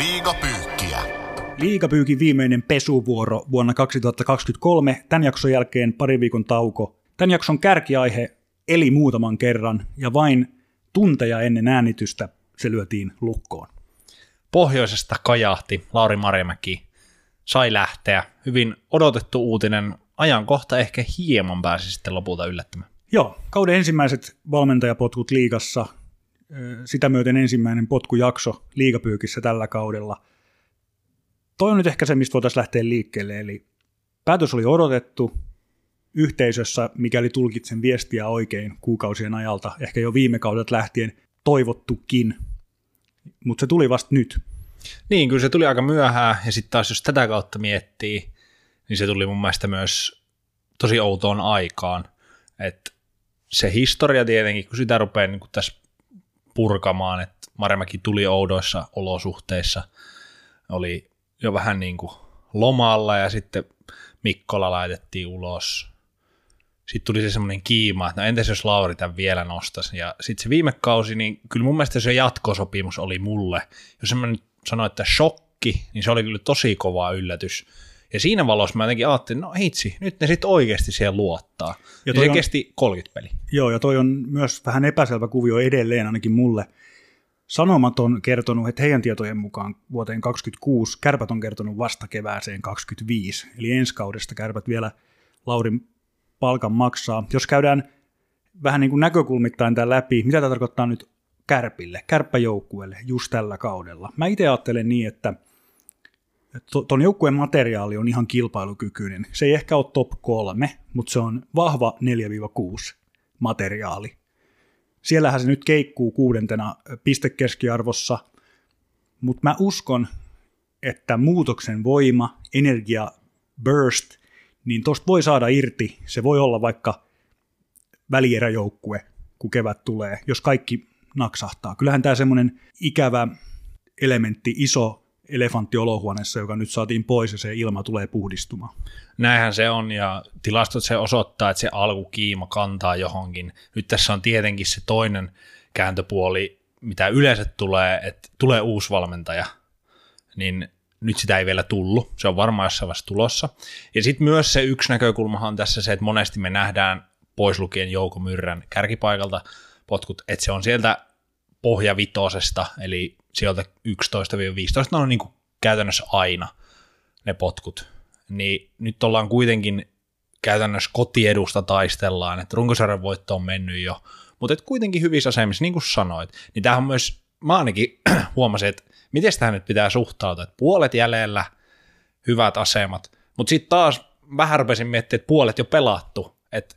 Liigapyykkiä. Liigapyykin viimeinen pesuvuoro vuonna 2023. Tämän jakson jälkeen pari viikon tauko. Tämän jakson kärkiaihe eli muutaman kerran ja vain tunteja ennen äänitystä se lyötiin lukkoon. Pohjoisesta kajahti Lauri Marjamäki. Sai lähteä. Hyvin odotettu uutinen. Ajankohta ehkä hieman pääsi sitten lopulta yllättämään. Joo, kauden ensimmäiset valmentajapotkut liigassa. Sitä myöten ensimmäinen potkujakso liigapyykissä tällä kaudella. Toi on nyt ehkä se, mistä voitaisiin lähteä liikkeelle, eli päätös oli odotettu yhteisössä, mikäli tulkitsen viestiä oikein kuukausien ajalta, ehkä jo viime kaudet lähtien toivottukin, mutta se tuli vasta nyt. Niin, kyllä se tuli aika myöhään, ja sitten taas jos tätä kautta miettii, niin se tuli mun mielestä myös tosi outoon aikaan, että se historia tietenkin, kun sitä rupeaa niin kuin tässä purkamaan, että Marjamäki tuli oudoissa olosuhteissa, oli jo vähän niin kuin lomalla ja sitten Mikkola laitettiin ulos. Sitten tuli se semmoinen kiima, että no entäs jos Lauri tämän vielä nostaisi. Ja sitten se viime kausi, niin kyllä mun mielestä se jatkosopimus oli mulle. Jos mä nyt sanoin, että shokki, niin se oli kyllä tosi kova yllätys. Ja siinä valossa mä jotenkin ajattelin, no hitsi, nyt ne sitten oikeasti siihen luottaa. Ja se kesti 30 peliä. Joo, ja toi on myös vähän epäselvä kuvio edelleen ainakin mulle. Sanomat on kertonut, että heidän tietojen mukaan vuoteen 2026 Kärpät on kertonut vasta kevääseen 2025. Eli ensi kaudesta Kärpät vielä Laurin palkan maksaa. Jos käydään vähän niin kuin näkökulmittain tämän läpi, mitä tämä tarkoittaa nyt Kärpille, kärppäjoukkueelle just tällä kaudella. Mä itse ajattelen niin, että ton joukkueen materiaali on ihan kilpailukykyinen. Se ei ehkä ole top 3, mutta se on vahva 4-6 materiaali. Siellähän se nyt keikkuu 6. pistekeskiarvossa, mutta mä uskon, että muutoksen voima, energia, burst, niin tosta voi saada irti. Se voi olla vaikka välieräjoukkue, kun kevät tulee, jos kaikki naksahtaa. Kyllähän tämä semmoinen ikävä elementti, iso elefantti olohuoneessa, joka nyt saatiin pois ja se ilma tulee puhdistumaan. Näinhän se on ja tilastot se osoittaa, että se alkukiima kantaa johonkin. Nyt tässä on tietenkin se toinen kääntöpuoli, mitä yleensä tulee, että tulee uusi valmentaja, niin nyt sitä ei vielä tullut. Se on varmaan jossain vaiheessa tulossa. Ja sitten myös se yksi näkökulmahan on tässä se, että monesti me nähdään pois lukien Jouko Myrrän kärkipaikalta potkut, että se on sieltä pohjavitosesta, eli sieltä 11-15, ne on niin kuin käytännössä aina ne potkut. Niin nyt ollaan kuitenkin käytännössä kotiedusta taistellaan, että runkosarjan voitto on mennyt jo, mutta et kuitenkin hyvissä asemissa, niin kuin sanoit. Niin tämähän myös, mä ainakin huomasin, että miten tähän nyt pitää suhtautua, että puolet jäljellä, hyvät asemat, mutta sitten taas vähän rupesin miettimään, että puolet jo pelattu, että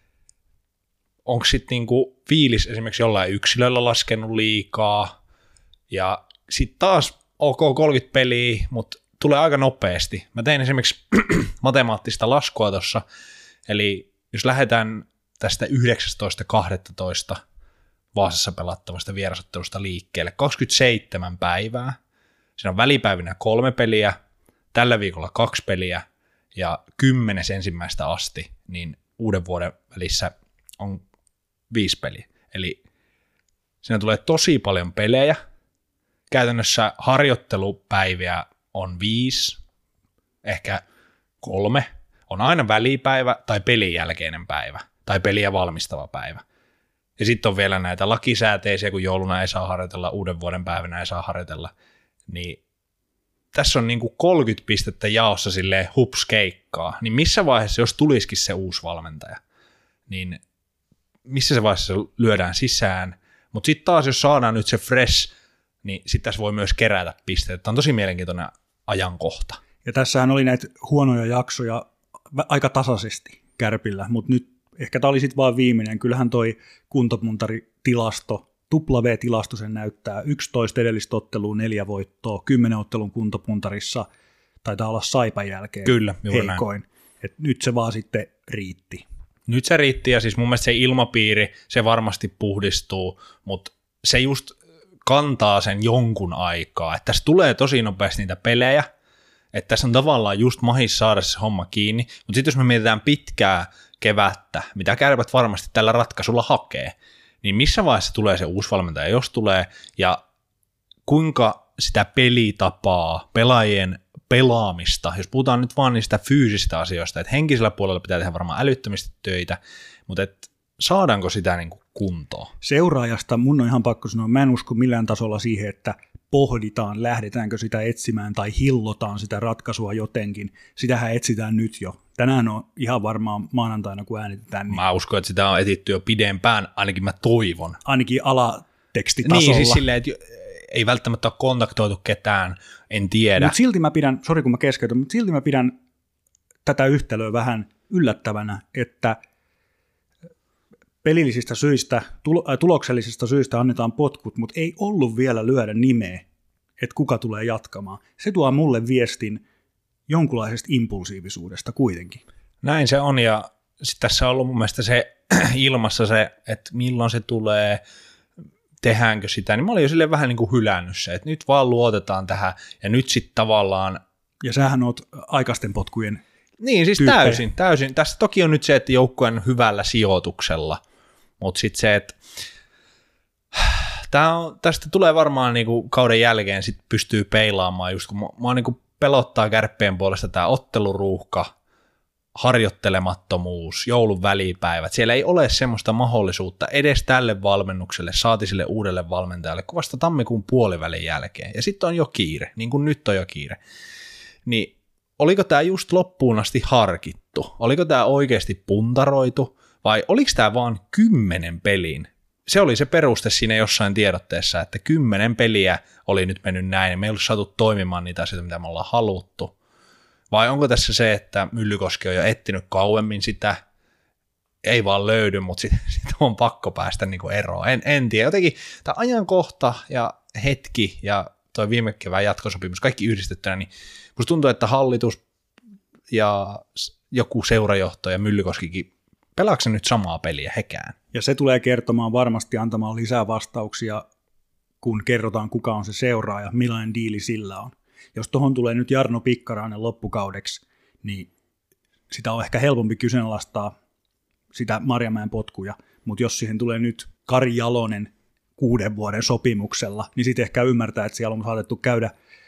onko sitten niinku fiilis esimerkiksi jollain yksilöllä laskenut liikaa, ja sitten taas OK 30 peliä, mutta tulee aika nopeasti. Mä tein esimerkiksi matemaattista laskua tuossa, eli jos lähdetään tästä 19.12. Vaasassa pelattavasta vierasottelusta liikkeelle, 27 päivää, siinä on välipäivinä 3 peliä, tällä viikolla 2 peliä, ja 10.1. asti, niin uuden vuoden välissä on 5 peliä. Eli siinä tulee tosi paljon pelejä. Käytännössä harjoittelupäiviä on 5, ehkä 3. On aina välipäivä tai pelin jälkeinen päivä tai peliä valmistava päivä. Ja sitten on vielä näitä lakisääteisiä, kun jouluna ei saa harjoitella, uuden vuoden päivänä ei saa harjoitella. Niin tässä on niinku 30 pistettä jaossa silleen hups keikkaa. Niin missä vaiheessa, jos tulisikin se uusi valmentaja, niin missä se vaiheessa lyödään sisään. Mutta sitten taas, jos saadaan nyt se fresh, niin sitten tässä voi myös kerätä pisteitä. Tämä on tosi mielenkiintoinen ajankohta. Ja tässähän oli näitä huonoja jaksoja aika tasaisesti Kärpillä, mutta nyt ehkä tämä oli sitten vaan viimeinen. Kyllähän toi kuntopuntaritilasto, W-tilasto sen näyttää 11 edellistä ottelua, 4 voittoa, 10 ottelun kuntopuntarissa taitaa olla Saipan jälkeen kyllä, heikoin. Et nyt se vaan sitten riitti. Nyt se riitti ja siis mun mielestä se ilmapiiri, se varmasti puhdistuu, mutta se just kantaa sen jonkun aikaa, että tässä tulee tosi nopeasti niitä pelejä, että tässä on tavallaan just mahis saada se homma kiinni, mutta sitten jos me mietitään pitkää kevättä, mitä Kärpät varmasti tällä ratkaisulla hakee, niin missä vaiheessa tulee se uusi valmentaja, jos tulee, ja kuinka sitä pelitapaa, pelaajien pelaamista, jos puhutaan nyt vaan niistä fyysisistä asioista, että henkisellä puolella pitää tehdä varmaan älyttömästi töitä, mutta saadaanko sitä niin kuin kuntoon? Seuraajasta mun on ihan pakko sanoa, mä en usko millään tasolla siihen, että pohditaan, lähdetäänkö sitä etsimään tai hillotaan sitä ratkaisua jotenkin. Sitähän etsitään nyt jo. Tänään on ihan varmaan maanantaina, kun äänitetään. Niin mä uskon, että sitä on etitty jo pidempään, ainakin mä toivon. Ainakin alatekstitasolla. Niin, siis silleen, että ei välttämättä ole kontaktoitu ketään, en tiedä. Mutta silti mä pidän, sori kun mä keskeytän, mutta silti mä pidän tätä yhtälöä vähän yllättävänä, että pelillisistä syistä, tuloksellisista syistä annetaan potkut, mutta ei ollut vielä lyödä nimeä, että kuka tulee jatkamaan. Se tuo mulle viestin jonkunlaisesta impulsiivisuudesta kuitenkin. Näin se on, ja sitten tässä on ollut mun mielestä se ilmassa se, että milloin se tulee, tehdäänkö sitä, niin mä olin jo silleen vähän niin kuin hylännyt se, että nyt vaan luotetaan tähän, ja nyt sitten tavallaan... Ja sähän oot aikaisten potkujen niin, siis täysin. Tässä toki on nyt se, että joukkueen hyvällä sijoituksella, mutta sitten se, että tästä tulee varmaan niinku kauden jälkeen sit pystyy peilaamaan, just kun mua niinku pelottaa Kärppien puolesta tämä otteluruuhka, harjoittelemattomuus, joulun välipäivät. Siellä ei ole semmoista mahdollisuutta edes tälle valmennukselle, saati sille uudelle valmentajalle, kun vasta tammikuun puolivälin jälkeen. Ja sitten on jo kiire, niin kuin nyt on jo kiire. Niin oliko tämä just loppuun asti harkittu? Oliko tämä oikeasti puntaroitu? Vai oliko tämä vaan 10 pelin? Se oli se peruste siinä jossain tiedotteessa, että 10 peliä oli nyt mennyt näin, ja me ei ollut saatu toimimaan niitä asioita, mitä me ollaan haluttu. Vai onko tässä se, että Myllykoski on jo etsinyt kauemmin sitä, ei vaan löydy, mutta sitten on pakko päästä niinku eroon. En tiedä, jotenkin tämä ajankohta ja hetki ja toi viime kevään jatkosopimus, kaikki yhdistettynä, niin musta tuntuu, että hallitus ja joku seurajohto ja Myllykoskikin, pelaako nyt samaa peliä hekään? Ja se tulee kertomaan varmasti, antamaan lisää vastauksia, kun kerrotaan, kuka on se seuraaja, millainen diili sillä on. Jos tuohon tulee nyt Jarno Pikkarainen loppukaudeksi, niin sitä on ehkä helpompi kyseenalaistaa sitä Marjamäen potkuja, mutta jos siihen tulee nyt Kari Jalonen 6 vuoden sopimuksella, niin sitten ehkä ymmärtää, että siellä on saatettu käydä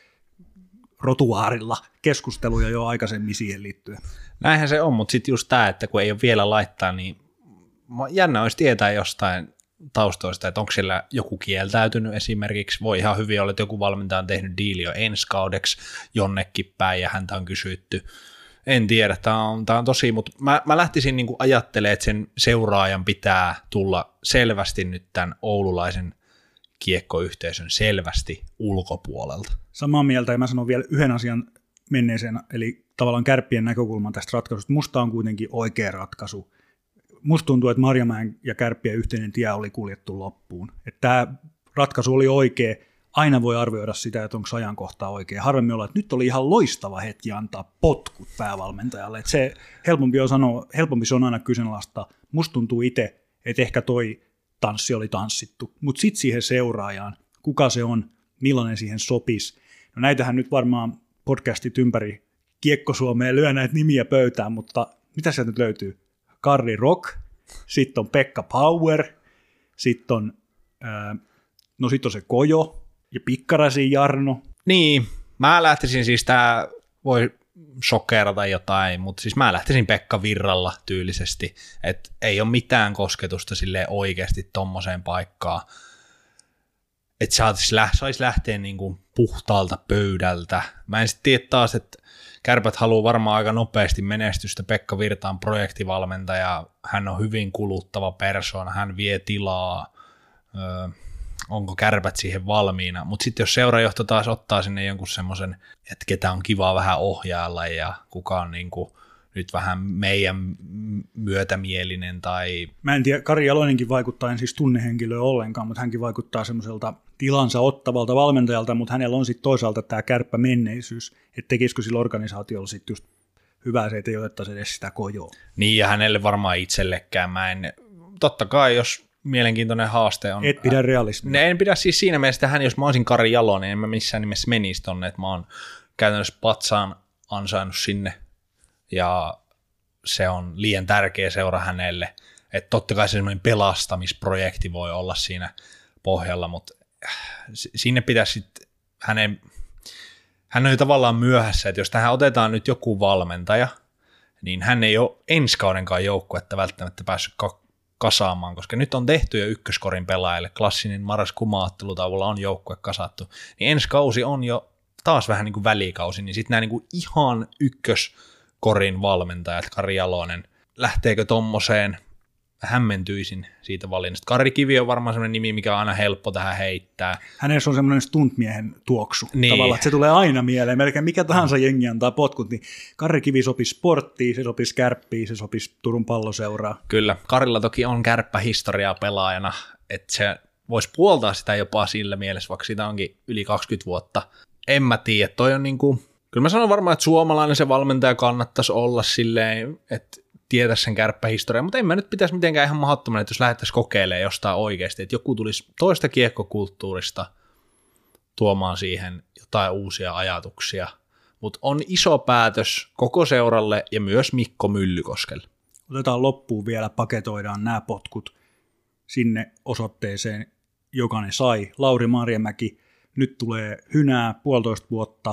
rotuaarilla keskusteluja jo aikaisemmin siihen liittyen. Näinhän se on, mutta sitten just tämä, että kun ei ole vielä laittaa, niin jännä olisi tietää jostain taustoista, että onko siellä joku kieltäytynyt esimerkiksi. Voi ihan hyvin olla, että joku valmentaja on tehnyt diili jo ensi kaudeksi jonnekin päin ja häntä on kysytty. En tiedä, tämä on tosi, mutta mä lähtisin niin kuin ajattelemaan, että sen seuraajan pitää tulla selvästi nyt tämän oululaisen kiekkoyhteisön selvästi ulkopuolelta. Samaa mieltä, ja mä sanon vielä yhden asian menneeseen, eli tavallaan Kärppien näkökulman tästä ratkaisusta. Musta on kuitenkin oikea ratkaisu. Musta tuntuu, että Marjamäen ja Kärppien yhteinen tie oli kuljettu loppuun. Että tämä ratkaisu oli oikea. Aina voi arvioida sitä, että onko ajankohta oikea. Harvemmin olla, että nyt oli ihan loistava hetki antaa potkut päävalmentajalle. Että se helpompi se on aina kyseenalaistaa. Musta tuntuu itse, että ehkä toi tanssi oli tanssittu. Mutta sitten siihen seuraajaan, kuka se on, millainen siihen sopisi. No näitähän nyt varmaan podcastit ympäri Kiekko-Suomeen lyö näitä nimiä pöytään, mutta mitä sieltä nyt löytyy? Karri Rock, sitten on Pekka Power, sitten on, sit on se Kojo ja Pikkaraisen Jarno. Niin, mä lähtisin siis, tää voi shokerata jotain, mutta siis mä lähtisin Pekka Virralla tyylisesti, että ei ole mitään kosketusta silleen oikeasti tommoseen paikkaan, että saisi lähteä niin kuin puhtaalta pöydältä. Mä en sitten tiedä taas, että Kärpät haluaa varmaan aika nopeasti menestystä. Pekka Virta on projektivalmentaja, hän on hyvin kuluttava persoona, hän vie tilaa, onko Kärpät siihen valmiina. Mutta sitten jos seurajohto taas ottaa sinne jonkun semmoisen, että ketä on kiva vähän ohjailla ja kuka on niinku nyt vähän meidän myötämielinen tai... Mä en tiedä, Kari Jalonenkin vaikuttaa, en siis tunnehenkilöä ollenkaan, mutta hänkin vaikuttaa semmoiselta tilansa ottavalta valmentajalta, mutta hänellä on sitten toisaalta tämä kärppämenneisyys, että tekisikö sillä organisaatiolla sitten just hyvää se, että ei otettaisi edes sitä Kojoa. Niin, ja hänelle varmaan itsellekään. Totta kai, jos mielenkiintoinen haaste on... Et pidä realismia. En pidä siis siinä mielessä, että jos mä olisin Kari Jalonen, niin en mä missään nimessä menisi tonne, että mä oon käytännössä patsaan ansainnut sinne, ja se on liian tärkeä seura hänelle. Että totta kai se semmoinen pelastamisprojekti voi olla siinä pohjalla, mutta sinne pitäisi sitten hän on jo tavallaan myöhässä, että jos tähän otetaan nyt joku valmentaja, niin hän ei ole ensi kaudenkaan joukkuetta välttämättä päässyt kasaamaan, koska nyt on tehty jo ykköskorin pelaajille, klassinen marraskuuma-ottelutaululla on joukkue kasattu, niin ensi kausi on jo taas vähän niin kuin välikausi, niin sitten nämä niin kuin ihan ykköskorin valmentajat, Kari Jalonen, lähteekö tommoseen, hämmentyisin siitä valinnasta. Kari Kivi on varmaan sellainen nimi, mikä on aina helppo tähän heittää. Hänessä on semmoinen stuntmiehen tuoksu. Niin. Tavallaan, että se tulee aina mieleen. Melkein mikä tahansa jengi antaa potkut, niin Kari Kivi sopisi Sporttiin, se sopisi Kärppiin, se sopisi Turun Palloseuraa. Kyllä. Karilla toki on kärppähistoriaa pelaajana, että se voisi puoltaa sitä jopa sillä mielessä, vaikka siitä onkin yli 20 vuotta. En mä tiedä, toi on niinku, kyllä mä sanon varmaan, että suomalainen se valmentaja kannattaisi olla silleen, että tietäisi sen kärppähistoriaa, mutta en mä nyt pitäisi mitenkään ihan mahdottomana, että jos lähdettäisiin kokeilemaan jostain oikeasti, että joku tulisi toista kiekkokulttuurista tuomaan siihen jotain uusia ajatuksia, mutta on iso päätös koko seuralle ja myös Mikko Myllykoskelle. Otetaan loppuun vielä, paketoidaan nämä potkut sinne osoitteeseen, joka ne sai. Lauri Marjamäki, nyt tulee hynää 1,5 vuotta.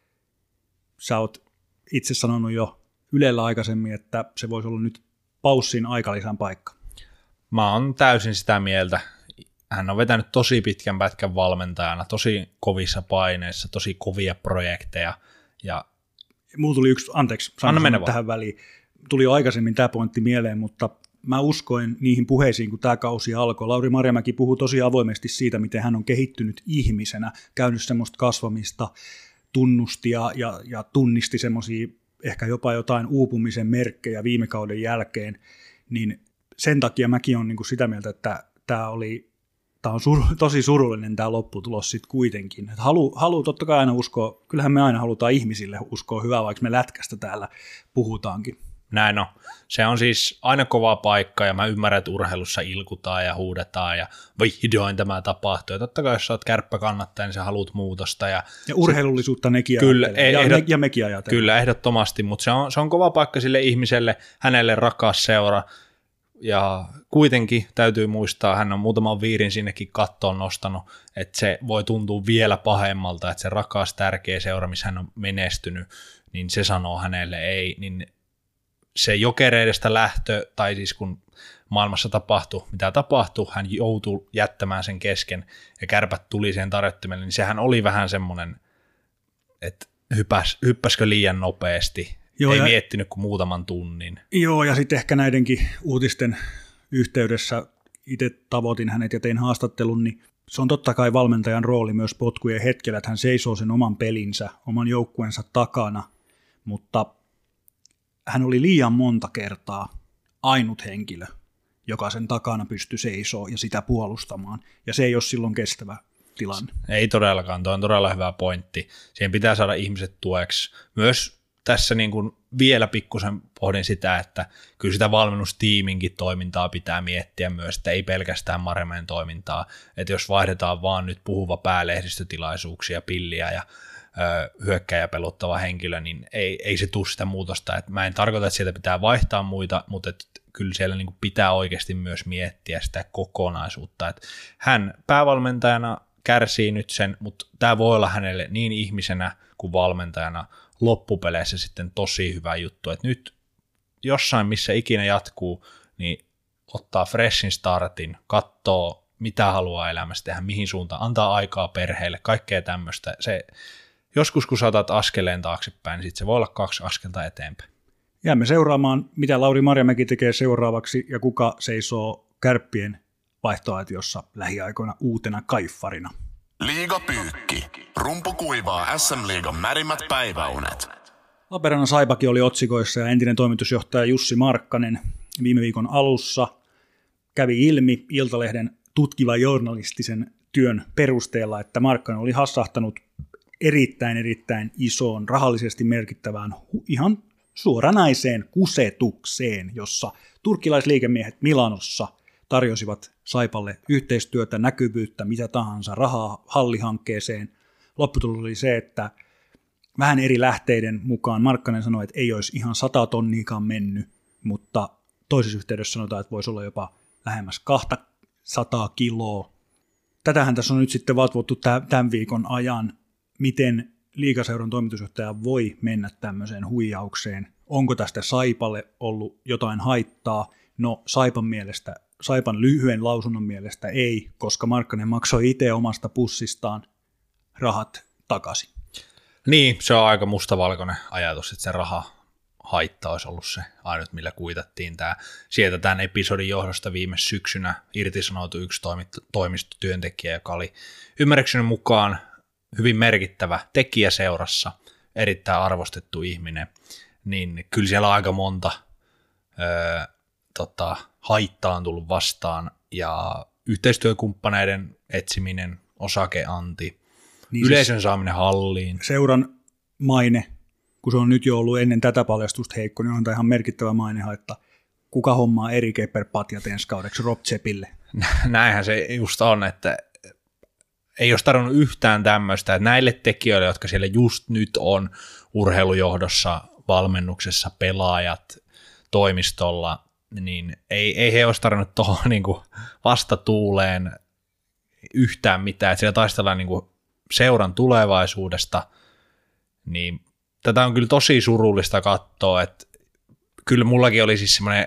Sä oot itse sanonut jo Ylellä aikaisemmin, että se voisi olla nyt paussin aikalisän paikka. Mä oon täysin sitä mieltä. Hän on vetänyt tosi pitkän pätkän valmentajana, tosi kovissa paineissa, tosi kovia projekteja. Ja mulla tuli yksi, anteeksi, sanon tähän väliin. Tuli jo aikaisemmin tämä pointti mieleen, mutta mä uskoin niihin puheisiin, kun tämä kausi alkoi. Lauri Marjamäki puhui tosi avoimesti siitä, miten hän on kehittynyt ihmisenä, käynyt semmoista kasvamista, tunnusti ja tunnisti semmoisia ehkä jopa jotain uupumisen merkkejä viime kauden jälkeen, niin sen takia mäkin olen niin kuin sitä mieltä, että tämä on tosi surullinen tämä lopputulos sitten kuitenkin. Haluaa totta kai aina uskoa, kyllähän me aina halutaan ihmisille uskoa hyvää, vaikka me lätkästä täällä puhutaankin. Näin on. Se on siis aina kova paikka ja mä ymmärrän, että urheilussa ilkutaan ja huudetaan ja vihdoin tämä tapahtuu. Ja totta kai jos sä oot kärppäkannattaja, niin sä haluat muutosta. Ja urheilullisuutta nekin kyllä, ja mekin ajatellaan. Kyllä, ehdottomasti, mutta se on kova paikka sille ihmiselle, hänelle rakas seura. Ja kuitenkin täytyy muistaa, hän on muutaman viirin sinnekin kattoon nostanut, että se voi tuntua vielä pahemmalta, että se rakas tärkeä seura, missä hän on menestynyt, niin se sanoo hänelle ei, niin se Jokereidestä lähtö, tai siis kun maailmassa tapahtui, mitä tapahtui, hän joutui jättämään sen kesken, ja Kärpät tuli siihen tarjottimelle, niin sehän oli vähän semmoinen, että hyppäskö liian nopeasti, joo, ei miettinyt kuin muutaman tunnin. Joo, ja sitten ehkä näidenkin uutisten yhteydessä itse tavoitin hänet ja tein haastattelun, niin se on totta kai valmentajan rooli myös potkujen hetkellä, että hän seisoo sen oman pelinsä, oman joukkueensa takana, mutta hän oli liian monta kertaa ainut henkilö, joka sen takana pystyi seisoo ja sitä puolustamaan, ja se ei ole silloin kestävä tilanne. Ei todellakaan, tuo on todella hyvä pointti. Siihen pitää saada ihmiset tueksi. Myös tässä niin kuin vielä pikkusen pohdin sitä, että kyllä sitä valmennustiiminkin toimintaa pitää miettiä myös, että ei pelkästään Marjamäen toimintaa, että jos vaihdetaan vaan nyt puhuva päälehdistötilaisuuksia, pilliä ja hyökkäjä pelottava henkilö, niin ei se tule sitä muutosta. Et mä en tarkoita, että sieltä pitää vaihtaa muita, mutta kyllä siellä niin kuin pitää oikeasti myös miettiä sitä kokonaisuutta. Et hän päävalmentajana kärsii nyt sen, mutta tämä voi olla hänelle niin ihmisenä kuin valmentajana loppupeleissä sitten tosi hyvä juttu. Et nyt jossain, missä ikinä jatkuu, niin ottaa freshin startin, katsoo mitä haluaa elämässä tehdä, mihin suuntaan, antaa aikaa perheelle, kaikkea tämmöistä. Joskus kun saatat askeleen taaksepäin, niin sitten se voi olla 2 askelta eteenpäin. Jäämme seuraamaan, mitä Lauri Marjamäki tekee seuraavaksi ja kuka seisoo Kärppien vaihtoaitiossa lähiaikoina uutena kaiffarina. Liigapyykki. Rumpu kuivaa SM-liigan märimmät päiväunet. Lappeenrannan Saipakin oli otsikoissa ja entinen toimitusjohtaja Jussi Markkanen viime viikon alussa kävi ilmi Iltalehden tutkiva journalistisen työn perusteella, että Markkanen oli hassahtanut erittäin isoon, rahallisesti merkittävään, ihan suoranaiseen kusetukseen, jossa turkkilaisliikemiehet Milanossa tarjosivat Saipalle yhteistyötä, näkyvyyttä, mitä tahansa, rahaa hallihankkeeseen. Lopputulos oli se, että vähän eri lähteiden mukaan Markkanen sanoi, että ei olisi ihan 100 tonniikaan mennyt, mutta toisessa yhteydessä sanotaan, että voisi olla jopa lähemmäs 200 kiloa. Tätähän tässä on nyt sitten vatvottu tämän viikon ajan. miten liigaseuran toimitusjohtaja voi mennä tämmöiseen huijaukseen. Onko tästä Saipalle ollut jotain haittaa? No Saipan lyhyen lausunnon mielestä ei, koska Markkanen maksoi itse omasta pussistaan rahat takaisin. Niin, se on aika mustavalkoinen ajatus, että se haitta olisi ollut se ainut, millä kuitattiin tämä. Sieltä tämän episodin johdosta viime syksynä irtisanoutui yksi toimistotyöntekijä, joka oli ymmärrykseni mukaan hyvin merkittävä tekijä seurassa, erittäin arvostettu ihminen, niin kyllä siellä aika monta haittaa on tullut vastaan, ja yhteistyökumppaneiden etsiminen, osakeanti, niin yleisön siis saaminen halliin. Seuran maine, kun se on nyt jo ollut ennen tätä paljastusta heikko, niin on tämä ihan merkittävä mainehaitta. Kuka hommaa eri keperpatjat ensi kaudeksi Rob Zeppille? Näinhän se just on, että ei olisi tarvinnut yhtään tämmöistä, että näille tekijöille, jotka siellä just nyt on urheilujohdossa, valmennuksessa, pelaajat, toimistolla, niin ei he olisi tarvinnut tuohon niin kuin vastatuuleen yhtään mitään, että siellä taistellaan niin kuin seuran tulevaisuudesta, niin tätä on kyllä tosi surullista katsoa, että kyllä mullakin oli siis semmoinen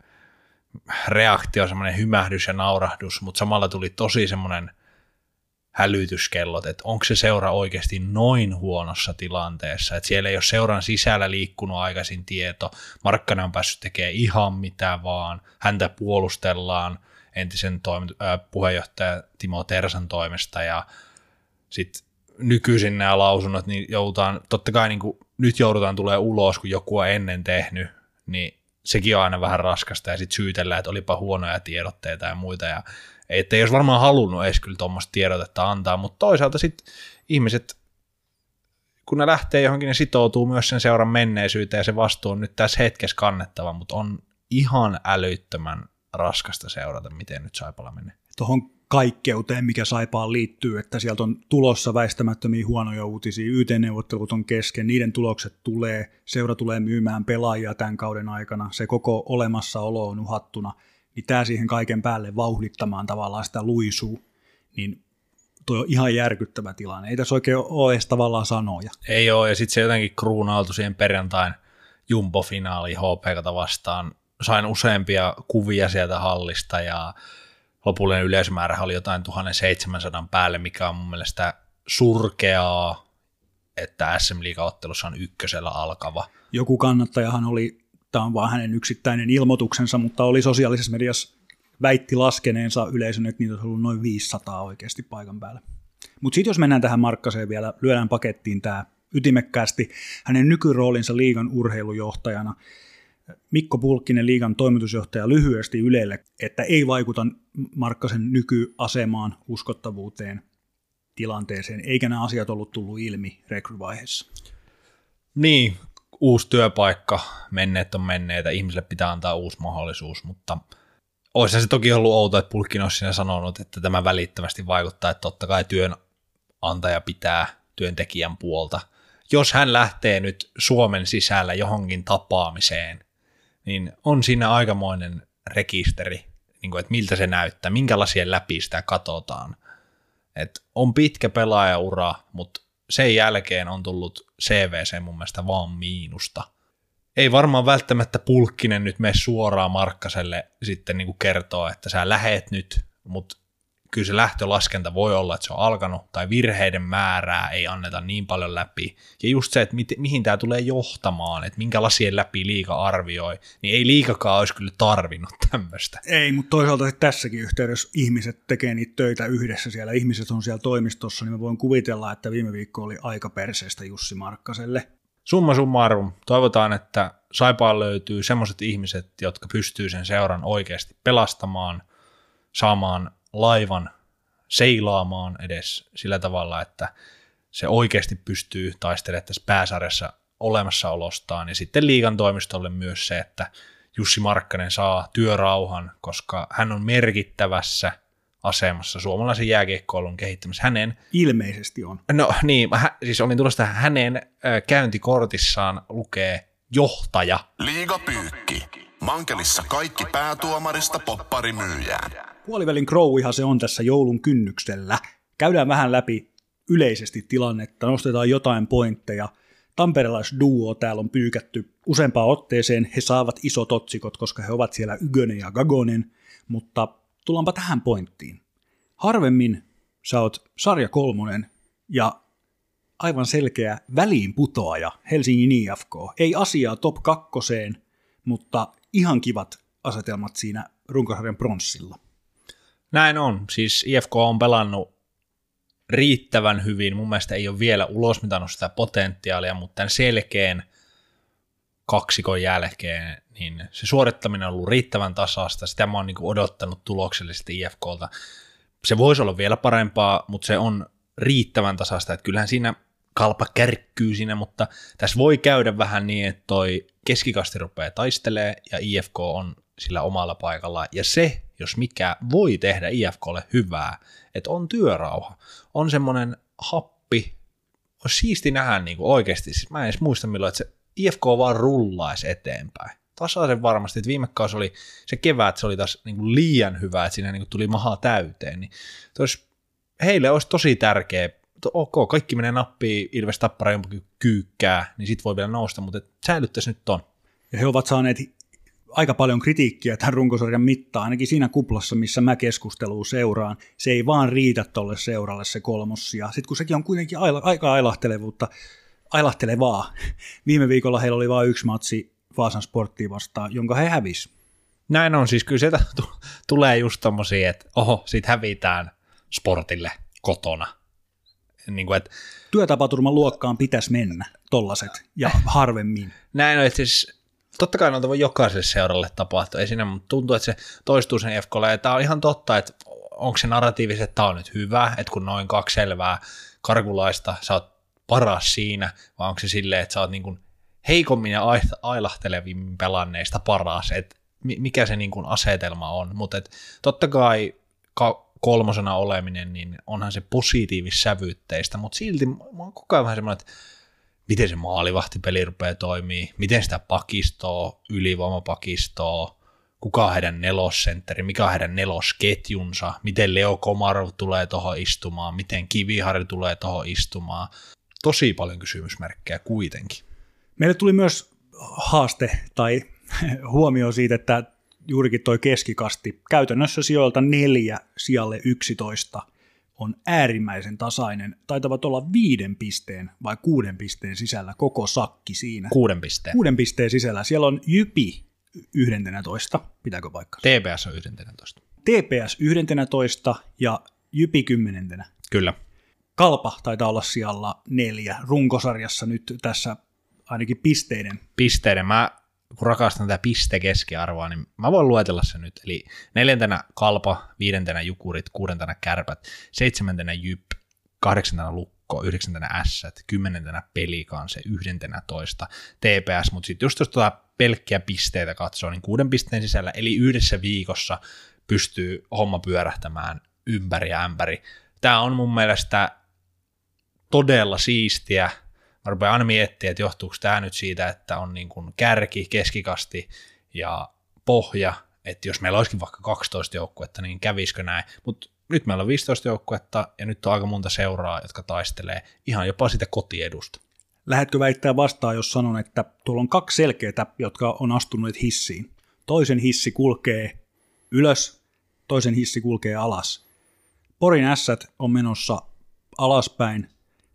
reaktio, semmoinen hymähdys ja naurahdus, mutta samalla tuli tosi semmoinen hälytyskellot, että onko se seura oikeasti noin huonossa tilanteessa, että siellä ei ole seuran sisällä liikkunut aikaisin tieto, Markkanen on päässyt tekemään ihan mitä vaan, häntä puolustellaan entisen puheenjohtaja Timo Tersan toimesta, ja sitten nykyisin nämä lausunnot, niin joudutaan, totta kai niin kuin nyt joudutaan tulee ulos, kun joku on ennen tehnyt, niin sekin on aina vähän raskasta, ja sitten syytellään, että olipa huonoja tiedotteita ja muita, ja että ei olisi varmaan halunnut edes kyllä tuommoista tiedotetta antaa, mutta toisaalta sitten ihmiset, kun ne lähtee johonkin, ne sitoutuu myös sen seuran menneisyyteen, ja se vastuu on nyt tässä hetkessä kannettava, mutta on ihan älyttömän raskasta seurata, miten nyt Saipala menee. Tuohon kaikkeuteen, mikä Saipaan liittyy, että sieltä on tulossa väistämättömiä huonoja uutisia, YT-neuvottelut on kesken, niiden tulokset tulee, seura tulee myymään pelaajia tämän kauden aikana, se koko olemassaolo on uhattuna, niin tämä siihen kaiken päälle vauhdittamaan tavallaan sitä luisua, niin tuo on ihan järkyttävä tilanne. Ei tässä oikein ole edes tavallaan sanoja. Ei ole, ja sitten se jotenkin kruunautui siihen perjantain jumbo-finaaliin HPK:ta vastaan. Sain useampia kuvia sieltä hallista, ja lopullinen yleisömäärä oli jotain 1700 päälle, mikä on mun mielestä surkeaa, että SM-liigaottelussa on ykkösellä alkava. Joku kannattajahan oli, tämä on vaan hänen yksittäinen ilmoituksensa, mutta oli sosiaalisessa mediassa väitti laskeneensa yleisön, että niitä olisi ollut noin 500 oikeasti paikan päällä. Mutta sitten jos mennään tähän Markkaseen vielä, lyödään pakettiin tämä ytimekkäästi, hänen nykyroolinsa liigan urheilujohtajana, Mikko Pulkkinen, liigan toimitusjohtaja, lyhyesti Ylelle, että ei vaikuta Markkasen nykyasemaan, uskottavuuteen, tilanteeseen, eikä nämä asiat ollut tullut ilmi rekryvaiheessa. Niin, uusi työpaikka, menneet on menneitä, ihmisille pitää antaa uusi mahdollisuus, mutta olisi se toki ollut outo, että Pulkkinen olisi siinä sanonut, että tämä välittömästi vaikuttaa, että totta kai työnantaja pitää työntekijän puolta. Jos hän lähtee nyt Suomen sisällä johonkin tapaamiseen, niin on siinä aikamoinen rekisteri, että miltä se näyttää, minkälaisia läpi sitä katsotaan. Et on pitkä pelaajaura, mutta sen jälkeen on tullut CVC mun mielestä vaan miinusta. Ei varmaan välttämättä Pulkkinen nyt mene suoraan Markkaselle sitten niin kuin kertoo, että sä lähet nyt, mutta kyllä se lähtölaskenta voi olla, että se on alkanut, tai virheiden määrää ei anneta niin paljon läpi. Ja just se, että mihin tämä tulee johtamaan, että minkä lasien läpi liiga arvioi, niin ei liigakaan olisi kyllä tarvinnut tämmöistä. Ei, mutta toisaalta että tässäkin yhteydessä ihmiset tekee niitä töitä yhdessä siellä, ihmiset on siellä toimistossa, niin mä voin kuvitella, että viime viikko oli aika perseestä Jussi Markkaselle. Summa summarum, toivotaan, että Saipaan löytyy semmoiset ihmiset, jotka pystyy sen seuran oikeasti pelastamaan, saamaan laivan seilaamaan edes sillä tavalla, että se oikeasti pystyy taistelemaan tässä pääsarjassa olemassaolostaan, ja sitten liigan toimistolle myös se, että Jussi Markkanen saa työrauhan, koska hän on merkittävässä asemassa suomalaisen jääkiekkoilun kehittämisessä. Hänen ilmeisesti on. No niin, siis olin tulossa hänen käyntikortissaan lukee johtaja. Liigapyykki. Mankelissa kaikki päätuomarista popparimyyjään. Puolivälin krouvihan se on tässä joulun kynnyksellä. Käydään vähän läpi yleisesti tilannetta, nostetaan jotain pointteja. Tamperelaisduo täällä on pyykätty useampaan otteeseen, he saavat isot otsikot, koska he ovat siellä Ykönen ja Gagonen, mutta tullaanpa tähän pointtiin. Harvemmin sä oot sarja 3 ja aivan selkeä väliinputoaja Helsingin IFK. Ei asiaa top 2, mutta ihan kivat asetelmat siinä runkosarjan pronssilla. Näin on. Siis IFK on pelannut riittävän hyvin. Mun mielestä ei ole vielä ulosmitannut sitä potentiaalia, mutta tämän selkeän kaksikon jälkeen niin se suorittaminen on ollut riittävän tasaista. Sitä mä oon niin kuin odottanut tuloksellisesti IFKlta. Se voisi olla vielä parempaa, mutta se on riittävän tasaista. Että kyllähän siinä Kalpa kärkkyy siinä, mutta tässä voi käydä vähän niin, että toi keskikasti rupeaa taistelee ja IFK on sillä omalla paikallaan. Ja se, jos mikä, voi tehdä IFKlle hyvää, että on työrauha. On semmoinen happi, on siisti nähdä niin kuin oikeasti. Siis mä en edes muista milloin, että se IFK vaan rullaisi eteenpäin. Tasaisen varmasti, että viime kausi oli se kevät, se oli taas niin kuin liian hyvä, että siinä niin kuin tuli maha täyteen. Niin heille olisi tosi tärkeä, ok, kaikki menee nappiin, Ilves Tappara jompakin kyykkää, niin sit voi vielä nousta, mutta säilyttäisi nyt ton. Ja he ovat saaneet aika paljon kritiikkiä tämän runkosarjan mittaan, ainakin siinä kuplassa, missä mä keskustelua seuraan. Se ei vaan riitä tolle seuralle se kolmossija. Sitten kun sekin on kuitenkin aika ailahtelevaa. Viime viikolla heillä oli vain yksi matsi Vaasan Sporttiin vastaan, jonka he hävisi. Näin on, siis kyllä sieltä tulee just tommosia, että oho, sit hävitään Sportille kotona. Niin kuin, että työtapaturman luokkaan pitäisi mennä tollaset ja harvemmin. Näin on, että siis totta kai noita voi jokaiselle seuralle tapahtua, ei siinä, mutta tuntuu, että se toistuu sen IFK:lle, ja tämä on ihan totta, että onko se narratiivisesti, että tämä on nyt hyvä, että kun noin 2 selvää karkulaista, sä oot paras siinä, vai onko se silleen, että sä oot niin kuin heikommin ja ailahtelevimmin pelanneista paras, että mikä se niin kuin asetelma on, mutta totta kai kolmosena oleminen, niin onhan se positiivissävytteistä, mutta silti mä oon koko ajan vähän semmoinen, että miten se maalivahtipeli rupeaa toimii, miten sitä pakistoa, ylivoimapakistoa, kuka on heidän nelossentteri, mikä on heidän nelosketjunsa, miten Leo Komarov tulee tuohon istumaan, miten Kiviharju tulee tuohon istumaan. Tosi paljon kysymysmerkkejä kuitenkin. Meille tuli myös haaste tai huomio siitä, että juurikin toi keskikasti käytännössä sijoilta 4 sijalle 11 on äärimmäisen tasainen. Taitavat olla 5 pisteen vai 6 pisteen sisällä koko sakki siinä. 6 pisteen. 6 pisteen sisällä. Siellä on Jypi 11, pitääkö paikkaa? TPS on 11. TPS 11 ja Jypi 10. Kyllä. Kalpa taitaa olla sijalla 4 runkosarjassa nyt tässä ainakin pisteiden. Mä kun rakastan tätä pistekeskiarvoa, niin mä voin luetella sen nyt. Eli 4. Kalpa, 5. Jukurit, 6. Kärpät, 7. Jyp, 8. Lukko, 9. Ässät, 10. Pelikans, 11. TPS, mutta sitten just jos pelkkiä pisteitä katsoo, niin 6 pisteen sisällä, eli yhdessä viikossa pystyy homma pyörähtämään ympäri ja ämpäri. Tämä on mun mielestä todella siistiä. Mä rupean aina miettimään, että johtuuko tämä nyt siitä, että on niin kuin kärki, keskikasti ja pohja, että jos meillä olisikin vaikka 12 joukkuetta, niin kävisikö näin, mutta nyt meillä on 15 joukkuetta ja nyt on aika monta seuraa, jotka taistelee ihan jopa sitä kotiedusta. Lähetkö väittää vastaan, jos sanon, että tuolla on 2 selkeätä, jotka on astuneet hissiin. Toisen hissi kulkee ylös, toisen hissi kulkee alas. Porin Ässät on menossa alaspäin,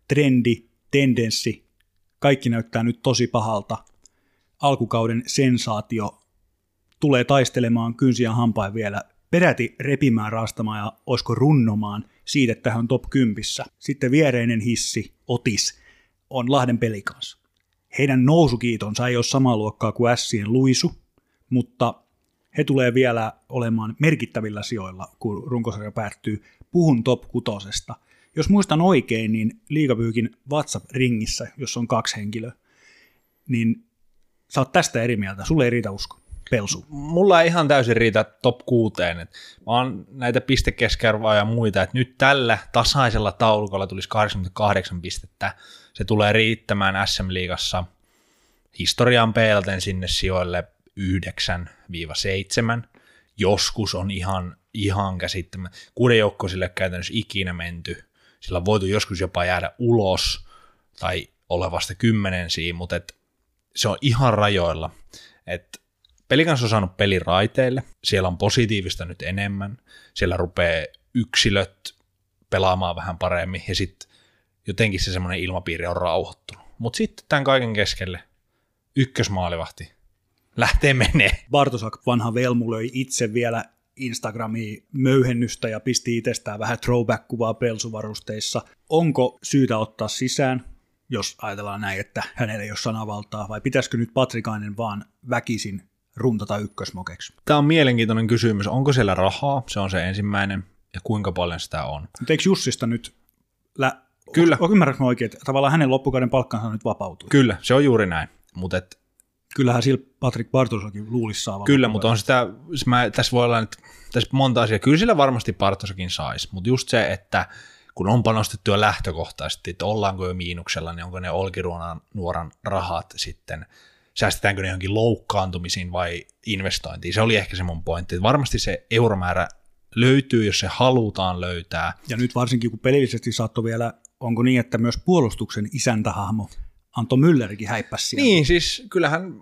tendenssi, kaikki näyttää nyt tosi pahalta. Alkukauden sensaatio tulee taistelemaan kynsiä hampain vielä, peräti repimään, raastamaan ja oisko runnomaan siitä, että hän on top 10. Sitten viereinen hissi, Otis, on Lahden Pelikans. Heidän nousukiitonsa ei ole samaa luokkaa kuin Ässien Luisu, mutta he tulee vielä olemaan merkittävillä sijoilla, kun runkosarja päättyy. Puhun top 6. Jos muistan oikein, niin Liigapyykin WhatsApp-ringissä, jos on 2 henkilöä, niin sä oot tästä eri mieltä. Sulle ei riitä usko. Pelsu. Mulla ei ihan täysin riitä top 6. Mä oon näitä pistekeskiarvoa ja muita, että nyt tällä tasaisella taulukolla tulisi 88 pistettä. Se tulee riittämään SM-liigassa historiaan peilaten sinne sijoille 9-7. Joskus on ihan käsittämättä. 6 joukkoa sille käytännössä ikinä menty. sillä on voitu joskus jopa jäädä ulos tai olla vasta 10 mutta se on ihan rajoilla. Pelikans on saanut pelin raiteille, siellä on positiivista nyt enemmän, siellä rupeaa yksilöt pelaamaan vähän paremmin ja sitten jotenkin se semmoinen ilmapiiri on rauhoittunut. Mutta sitten tämän kaiken keskelle ykkösmaalivahti lähtee menee. Bartosak, vanha velmu, löi itse vielä Instagramiin möyhennystä ja pisti itsestään vähän throwback-kuvaa pelsuvarusteissa. Onko syytä ottaa sisään, jos ajatellaan näin, että hänellä ei ole sanavaltaa, vai pitäisikö nyt Patrikainen vaan väkisin runtata ykkösmokeksi? Tämä on mielenkiintoinen kysymys. Onko siellä rahaa? Se on se ensimmäinen. Ja kuinka paljon sitä on? Mutta eikö Jussista nyt... Kyllä. Ymmärrätkö oikein, että tavallaan hänen loppukauden palkkansa nyt vapautuu? Kyllä, se on juuri näin. Kyllähän sillä Patrik Bartosakin luulisi saavan. Kyllä, mutta on sitä... Tässä voi olla tässä monta asiaa. Kyllä sillä varmasti Bartosakin saisi, mutta just se, että kun on panostettu jo lähtökohtaisesti, että ollaanko jo miinuksella, niin onko ne Olkinuoran rahat sitten, säästetäänkö ne johonkin loukkaantumisiin vai investointiin. Se oli ehkä se mun pointti, että varmasti se euromäärä löytyy, jos se halutaan löytää. Ja nyt varsinkin, kun pelillisesti saattoi vielä, onko niin, että myös puolustuksen isäntähahmo Anto Müllerikin häippäsi sieltä? Niin, siis kyllähän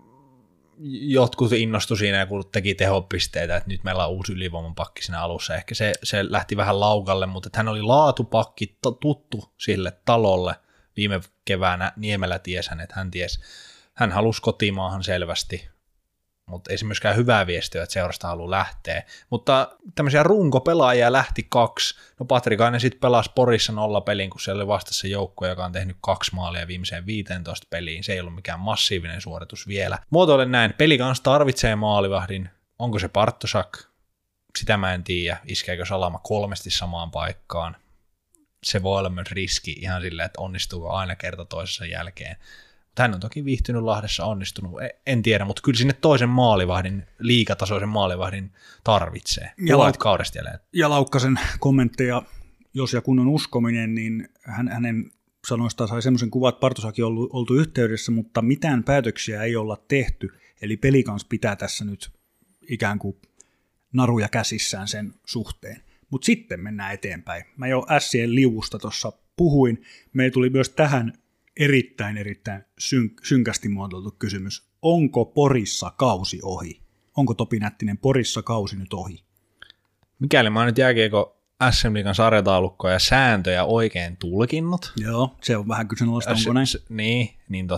jotkut innostui siinä, kun teki tehopisteitä, että nyt meillä on uusi ylivoimapakki siinä alussa. Ehkä se lähti vähän laukalle, mutta että hän oli laatupakki, tuttu sille talolle viime keväänä. Niemelä tiesi hän, että hän halusi kotimaahan selvästi, mutta ei se myöskään hyvää viestiä, että seurasta haluaa lähteä. Mutta tämmöisiä runkopelaajia lähti 2. No Patrikainen sitten pelasi Porissa 0 pelin, kun siellä oli vastassa joukko, joka on tehnyt 2 maalia viimeiseen 15 peliin. Se ei ollut mikään massiivinen suoritus vielä. Muotoilen näin, Pelikans tarvitsee maalivahdin. Onko se Bartosak? Sitä mä en tiedä. Iskeekö Salama 3 samaan paikkaan? Se voi olla myös riski ihan silleen, että onnistuuko aina kerta toisessa jälkeen. Hän on toki viihtynyt Lahdessa, onnistunut, en tiedä, mutta kyllä sinne toisen maalivahdin, liigatasoisen maalivahdin tarvitsee. Puolet kaudesta jälleen. Ja Laukkasen kommentteja, jos ja kun on uskominen, niin hänen sanoistaan sai semmoisen kuvan, että Bartosakin on oltu yhteydessä, mutta mitään päätöksiä ei olla tehty. Eli Pelikans pitää tässä nyt ikään kuin naruja käsissään sen suhteen. Mutta sitten mennään eteenpäin. Mä jo Ässien liuvusta tuossa puhuin. Meillä tuli myös tähän erittäin synkästi muotoiltu kysymys. Onko Porissa kausi ohi? Onko Topi Nättinen Porissa kausi nyt ohi? Mikäli mä oon nyt jääkiekon SM-liigan sarjataulukkoa ja sääntöjä oikein tulkinnut. Joo, se on vähän kyseenalaista, onko näin? Niin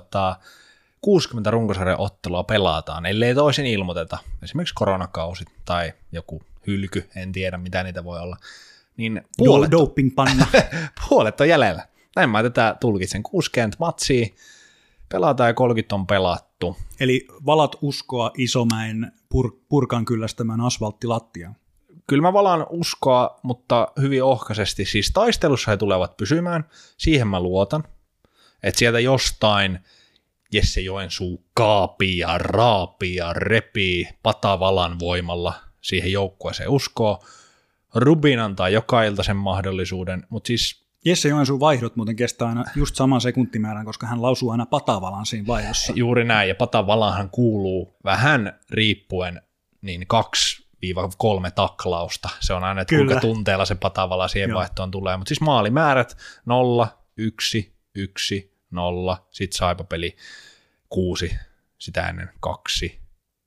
60 runkosarjan ottelua pelataan, ellei toisin ilmoiteta. Esimerkiksi koronakausi tai joku hylky, en tiedä mitä niitä voi olla. Niin dopingpanna. Puolet on jäljellä. Näin mä tätä tulkitsen. 60 matsia pelataan ja 30 on pelattu. Eli valat uskoa Isomäen purkan kyllästämään asfalttilattiaan. Kyllä mä valaan uskoa, mutta hyvin ohkaisesti. Siis taistelussa he tulevat pysymään. Siihen mä luotan. Että sieltä jostain Jesse Joensuu kaapii ja raapii ja repii Patavalan voimalla siihen joukkueeseen uskoo. Rubin antaa joka ilta sen mahdollisuuden, mutta siis Jesse Joensuun vaihdot muuten kestää aina just saman sekuntimäärän, koska hän lausuu aina Patavalan siinä vaihdossa. Juuri näin, ja Patavalanhan kuuluu vähän riippuen niin 2-3 taklausta. Se on aina, että kuinka tunteella se Patavala siihen vaihtoon tulee. Mutta siis maalimäärät 0, 1, 1, 0, sitten Saipa-peli 6, sitä ennen 2,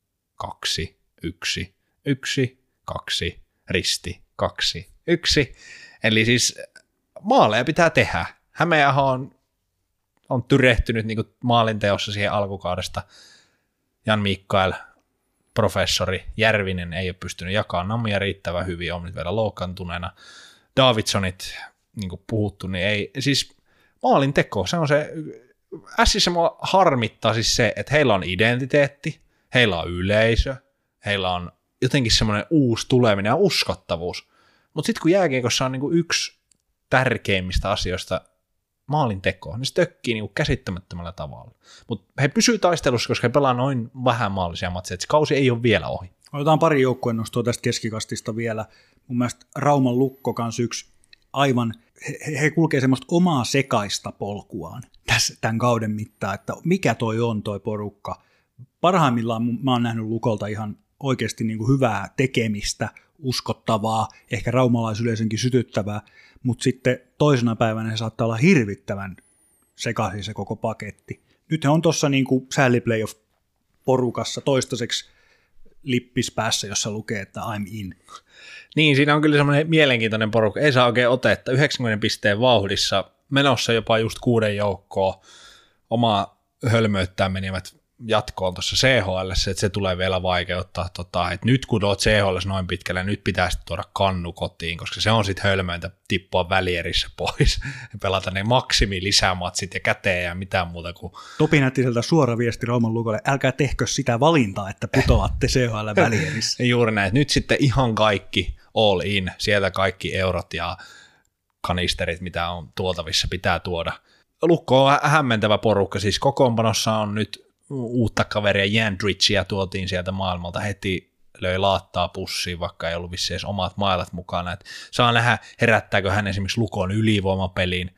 2, 1, 1, 2, risti, 2, 1. Eli siis maaleja pitää tehdä. Hämeenaho on tyrehtynyt niin maalinteossa siihen alkukaudesta. Jan Mikael, professori Järvinen ei ole pystynyt jakamaan nammia riittävän hyvin, on nyt vielä loukkaantuneena. Davidsonit, niin kuin puhuttu, niin ei, siis maalinteko, se on se, Ässissä mua harmittaa siis se, että heillä on identiteetti, heillä on yleisö, heillä on jotenkin semmoinen uusi tuleminen ja uskottavuus. Mutta sitten kun jääkiekossa on niinku yksi tärkeimmistä asioista maalinteko, niin se tökkii niinku käsittämättömällä tavalla. Mutta he pysyy taistelussa, koska he pelaa noin vähän maallisia matseja, että se kausi ei ole vielä ohi. Otetaan pari joukkueen nostoa tästä keskikastista vielä. Mun mielestä Rauman Lukko kanssa yksi aivan, he kulkee semmoista omaa sekaista polkuaan tämän kauden mittaan, että mikä on toi porukka. Parhaimmillaan mä oon nähnyt Lukolta ihan oikeasti niin kuin hyvää tekemistä, uskottavaa, ehkä raumalaisyleisönkin sytyttävää, mutta sitten toisena päivänä se saattaa olla hirvittävän sekaisin se koko paketti. Nyt he on tuossa niin kuin Sally Playoff-porukassa toistaiseksi lippis päässä, jossa lukee, että I'm in. Niin, siinä on kyllä semmoinen mielenkiintoinen porukka. Ei saa oikein otetta. 90 pisteen vauhdissa, menossa jopa just 6 joukkoa. Oma hölmöyttään menivät jatkoon tuossa CHL, että se tulee vielä vaikeuttaa. Että nyt kun olet CHL noin pitkälle, nyt pitäisi tuoda kannu kotiin, koska se on sitten hölmöintä tippua välierissä pois ja pelata ne maksimi lisämatsit ja käteen ja mitään muuta kuin... Topi näytti sieltä suora viesti Rauman Lukolle, älkää tehkö sitä valintaa, että putoatte CHL välierissä. Juuri näin. Nyt sitten ihan kaikki all in, sieltä kaikki eurot ja kanisterit, mitä on tuotavissa, pitää tuoda. Lukko on hämmentävä porukka, siis kokoonpanossa on nyt uutta kaveria, Jandrichia tuotiin sieltä maailmalta, heti löi laattaa pussiin, vaikka ei ollut vissiin edes omat mailat mukana. Et saa nähdä, herättääkö hän esimerkiksi Lukon ylivoimapeliin,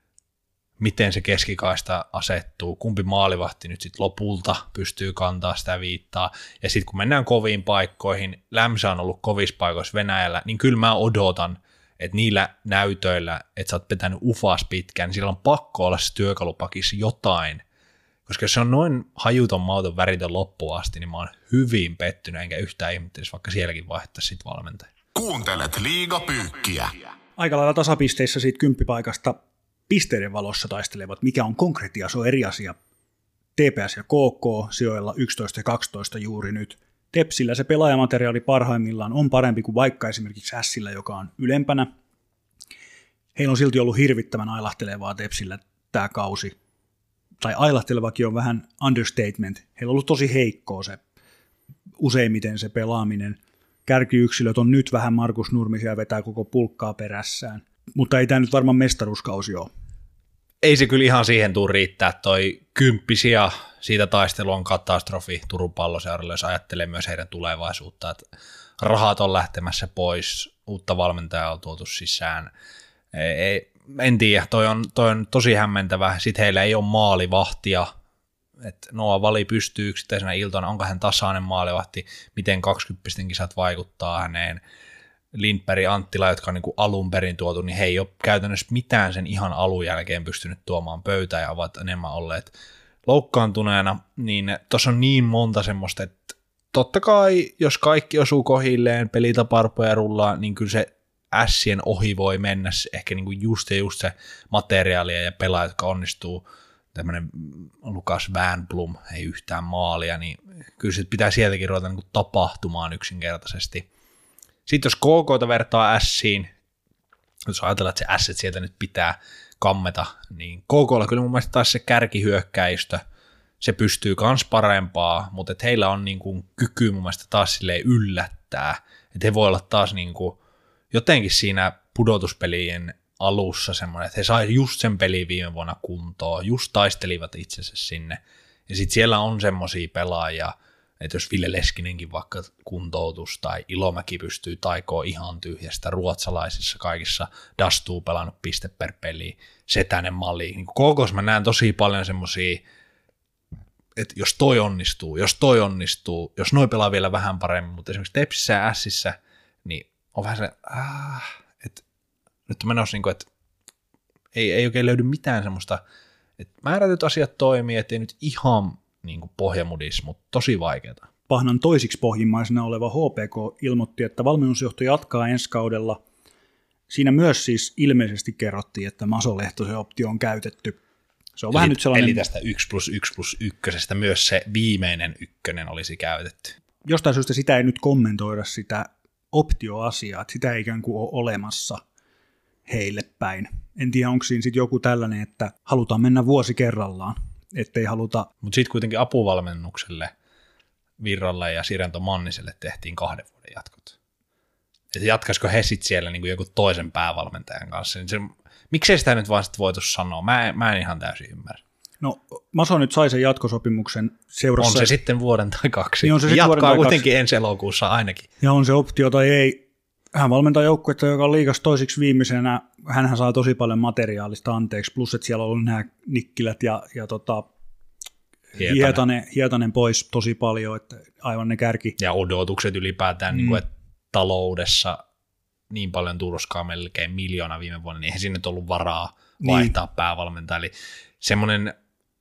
miten se keskikaista asettuu, kumpi maalivahti nyt sitten lopulta pystyy kantaa sitä viittaa. Ja sitten kun mennään koviin paikkoihin, Lämsä on ollut kovissa paikoissa Venäjällä, niin kyllä mä odotan, että niillä näytöillä, että sä oot pitänyt ufas pitkään, niin sillä on pakko olla se työkalupakissa jotain. Koska jos se on noin hajuton, mauton, väritön loppuun asti, niin mä oon hyvin pettynyt, enkä yhtään ihmettelisi, vaikka sielläkin vaihtaisi sit valmentaja. Kuuntelet Liigapyykkiä. Aika lailla tasapisteissä siitä 10 paikasta pisteiden valossa taistelevat. Mikä on konkreettia, se on eri asia. TPS ja KK sijoilla 11 ja 12 juuri nyt. Tepsillä se pelaajamateriaali parhaimmillaan on parempi kuin vaikka esimerkiksi Ässillä, joka on ylempänä. Heillä on silti ollut hirvittävän ailahtelevaa Tepsillä tämä kausi. Tai ailahtelevakin on vähän understatement. Heillä on ollut tosi heikkoa se useimmiten se pelaaminen. Kärkiyksilöt on nyt vähän Markus Nurmisia vetää koko pulkkaa perässään. Mutta ei tämä nyt varmaan mestaruuskausi ole. Ei se kyllä ihan siihen tule riittää. Toi 10 sija siitä taistelu on katastrofi Turun Palloseuralle, jos ajattelee myös heidän tulevaisuutta. Että rahat on lähtemässä pois, uutta valmentajaa on tuotu sisään. En tiedä, toi on tosi hämmentävä. Sitten heillä ei ole maalivahtia. että Noa Vali pystyy yksittäisenä iltana, onko hän tasainen maalivahti, miten 20 kisat vaikuttaa häneen. Lindberg ja Anttila, jotka on niin kuin alun perin tuotu, niin he ei ole käytännössä mitään sen ihan alun jälkeen pystynyt tuomaan pöytään ja ovat enemmän olleet loukkaantuneena, niin tuossa on niin monta semmoista, että totta kai, jos kaikki osuu kohilleen, pelitaparpoja rullaa, niin kyllä se ässien ohi voi mennä ehkä niin kuin just se materiaalia ja pelaajat, jotka onnistuu. Tämmöinen Lukas Wernbloom, ei yhtään maalia, niin kyllä se pitää sieltäkin ruveta niin kuin tapahtumaan yksinkertaisesti. Sitten jos KK:ta vertaa Ässiin, jos ajatellaan, että se Ässet sieltä nyt pitää kammeta, niin KK:lla kyllä mun mielestä taas se kärkihyökkäistö, se pystyy kans parempaa, mutta että heillä on niin kuin kyky mun mielestä taas silleen yllättää, että he voi olla taas niin kuin jotenkin siinä pudotuspelien alussa semmoinen, että he sai just sen pelin viime vuonna kuntoon, just taistelivat itsensä sinne, ja sitten siellä on semmoisia pelaajia, että jos Ville Leskinenkin vaikka kuntoutus tai Ilomäki pystyy taikoon ihan tyhjästä, ruotsalaisissa kaikissa Dastuu pelannut piste per peli, Setänen malli, niin KK:ssa mä näen tosi paljon semmoisia, että jos toi onnistuu, jos noi pelaa vielä vähän paremmin, mutta esimerkiksi Tepsissä ja Ässissä, niin on vähän se, että nyt on menossa niin kuin, että ei oikein löydy mitään semmoista, että määrätyt asiat toimii, ettei nyt ihan niin kuin pohjamudis, mutta tosi vaikeaa. Pahnan toisiksi pohjimmaisena oleva HPK ilmoitti, että valmennusjohto jatkaa ensi kaudella. Siinä myös siis ilmeisesti kerrottiin, että Maso Lehtosen optio on käytetty. Se on vähän nyt sellainen... Eli tästä 1+1+1 myös se viimeinen ykkönen olisi käytetty. Jostain syystä sitä ei nyt kommentoida sitä optioasiaa, että sitä ei ikään kuin ole olemassa heille päin. En tiedä, onko siinä sitten joku tällainen, että halutaan mennä vuosi kerrallaan. Ettei haluta... Mutta sitten kuitenkin apuvalmennukselle Virralle ja Sirento Manniselle tehtiin 2 vuoden jatkot. Että jatkaisiko he sitten siellä niin kuin joku toisen päävalmentajan kanssa? Miksei sitä nyt vaan sitten voitu sanoa? Mä en ihan täysin ymmärrä. No, Maso nyt sai sen jatkosopimuksen seurassa. On se sitten vuoden tai 2. Niin on se jatkaa kuitenkin ensi elokuussa ainakin. Ja on se optio tai ei. Hän valmentaa joukkuetta, joka on liigassa toisiksi viimeisenä. Hänhän saa tosi paljon materiaalista anteeksi, plus että siellä on ollut nämä Nikkilät ja Hietanen pois tosi paljon, että aivan ne kärki. Ja odotukset ylipäätään, niin kuin, että taloudessa niin paljon turskaa, melkein 1 miljoona viime vuonna, niin eihän sinne ollut varaa vaihtaa päävalmentaja. Eli semmoinen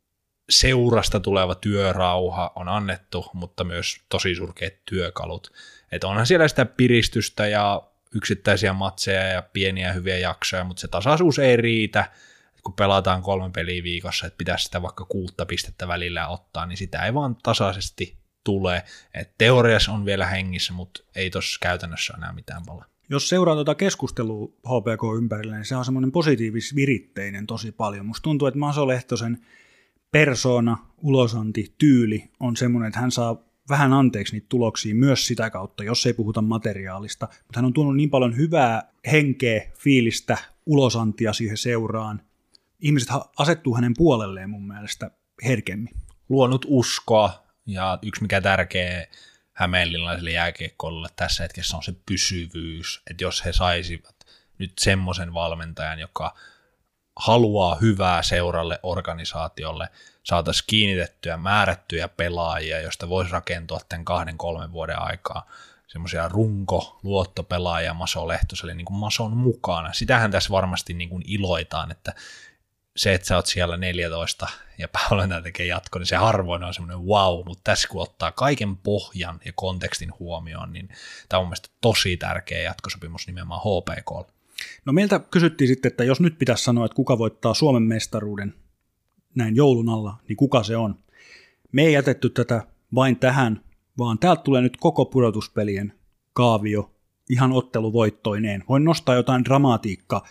seurasta tuleva työrauha on annettu, mutta myös tosi surkeat työkalut. Että onhan siellä sitä piristystä ja yksittäisiä matseja ja pieniä hyviä jaksoja, mutta se tasaisuus ei riitä. Kun pelataan 3 peliä viikossa, että pitäisi sitä vaikka 6 pistettä välillä ottaa, niin sitä ei vaan tasaisesti tule. Et teoriassa on vielä hengissä, mutta ei tuossa käytännössä enää mitään paljon. Jos seuraa tuota keskustelua HPK ympärillä, niin se on semmoinen positiivis-viritteinen tosi paljon. Musta tuntuu, että Maso Lehtosen persoona, ulosanti, tyyli on semmoinen, että hän saa vähän anteeksi niitä tuloksia myös sitä kautta, jos ei puhuta materiaalista. Mutta hän on tuonut niin paljon hyvää henkeä, fiilistä, ulosantia siihen seuraan. Ihmiset asettuu hänen puolelleen mun mielestä herkemmin. Luonut uskoa, ja yksi mikä tärkeä hämeenlinnalaiselle jääkiekkoilulle tässä hetkessä on se pysyvyys, että jos he saisivat nyt semmoisen valmentajan, joka haluaa hyvää seuralle, organisaatiolle, saataisiin kiinnitettyä määrättyjä pelaajia, josta voisi rakentua tämän 2-3 vuoden aikaa semmoisia luottopelaajia Maso Lehtoselle niin kuin Mason mukana. Sitähän tässä varmasti niin kuin iloitaan, että se, että sä oot siellä 14 ja päävalmentaja tekee jatko, niin se harvoin on semmoinen wow, mutta tässä kun ottaa kaiken pohjan ja kontekstin huomioon, niin tämä on mun mielestä tosi tärkeä jatkosopimus nimenomaan HPK:lle. No meiltä kysyttiin sitten, että jos nyt pitäisi sanoa, että kuka voittaa Suomen mestaruuden näin joulun alla, niin kuka se on? Me ei jätetty tätä vain tähän, vaan täältä tulee nyt koko pudotuspelien kaavio ihan otteluvoittoineen. Voin nostaa jotain dramatiikkaa,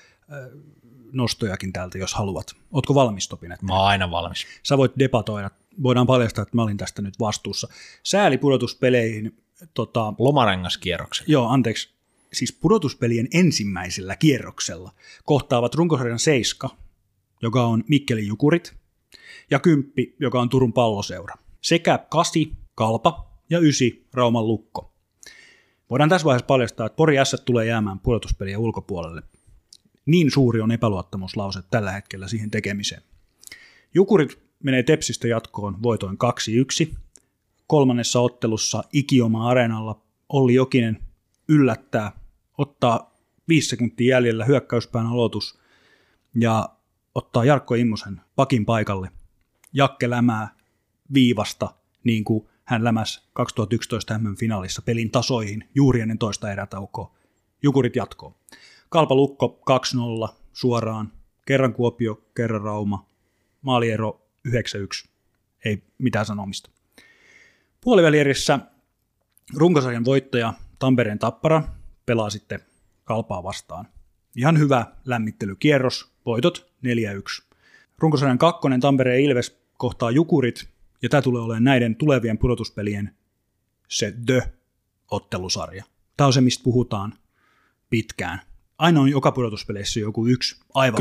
nostojakin täältä, jos haluat. Ootko valmis, Topin? Mä oon aina valmis. Sä voit debatoida. Voidaan paljastaa, että mä olin tästä nyt vastuussa. Sääli pudotuspeleihin. Lomarengaskierroksella. Joo, anteeksi. Siis pudotuspelien ensimmäisellä kierroksella kohtaavat runkosarjan 7, joka on Mikkelin Jukurit, ja 10, joka on Turun Palloseura, sekä 8, Kalpa, ja 9, Rauman Lukko. Voidaan tässä vaiheessa paljastaa, että Pori S tulee jäämään pudotuspelien ulkopuolelle. Niin suuri on epäluottamuslause tällä hetkellä siihen tekemiseen. Jukurit menee Tepsistä jatkoon voitoin 2-1. 3. ottelussa Ikioma-areenalla Olli Jokinen yllättää, ottaa 5 sekuntia jäljellä hyökkäyspään aloitus ja ottaa Jarkko Immosen pakin paikalle. Jakke lämää viivasta niin kuin hän lämäsi 2011 MM-finaalissa pelin tasoihin juuri ennen toista erätaukoa. Jukurit jatkoo. Kalpa Lukko 2-0 suoraan, kerran Kuopio, kerran Rauma, maaliero 9-1, ei mitään sanomista. Puolivälierissä runkosarjan voittaja Tampereen Tappara pelaa sitten Kalpaa vastaan. Ihan hyvä lämmittelykierros, voitot 4-1. Runkosarjan 2. Tampereen Ilves kohtaa Jukurit, ja tämä tulee olemaan näiden tulevien pudotuspelien se ottelusarja. Tämä on se, mistä puhutaan pitkään. Aina on joka pudotuspeleissä joku yksi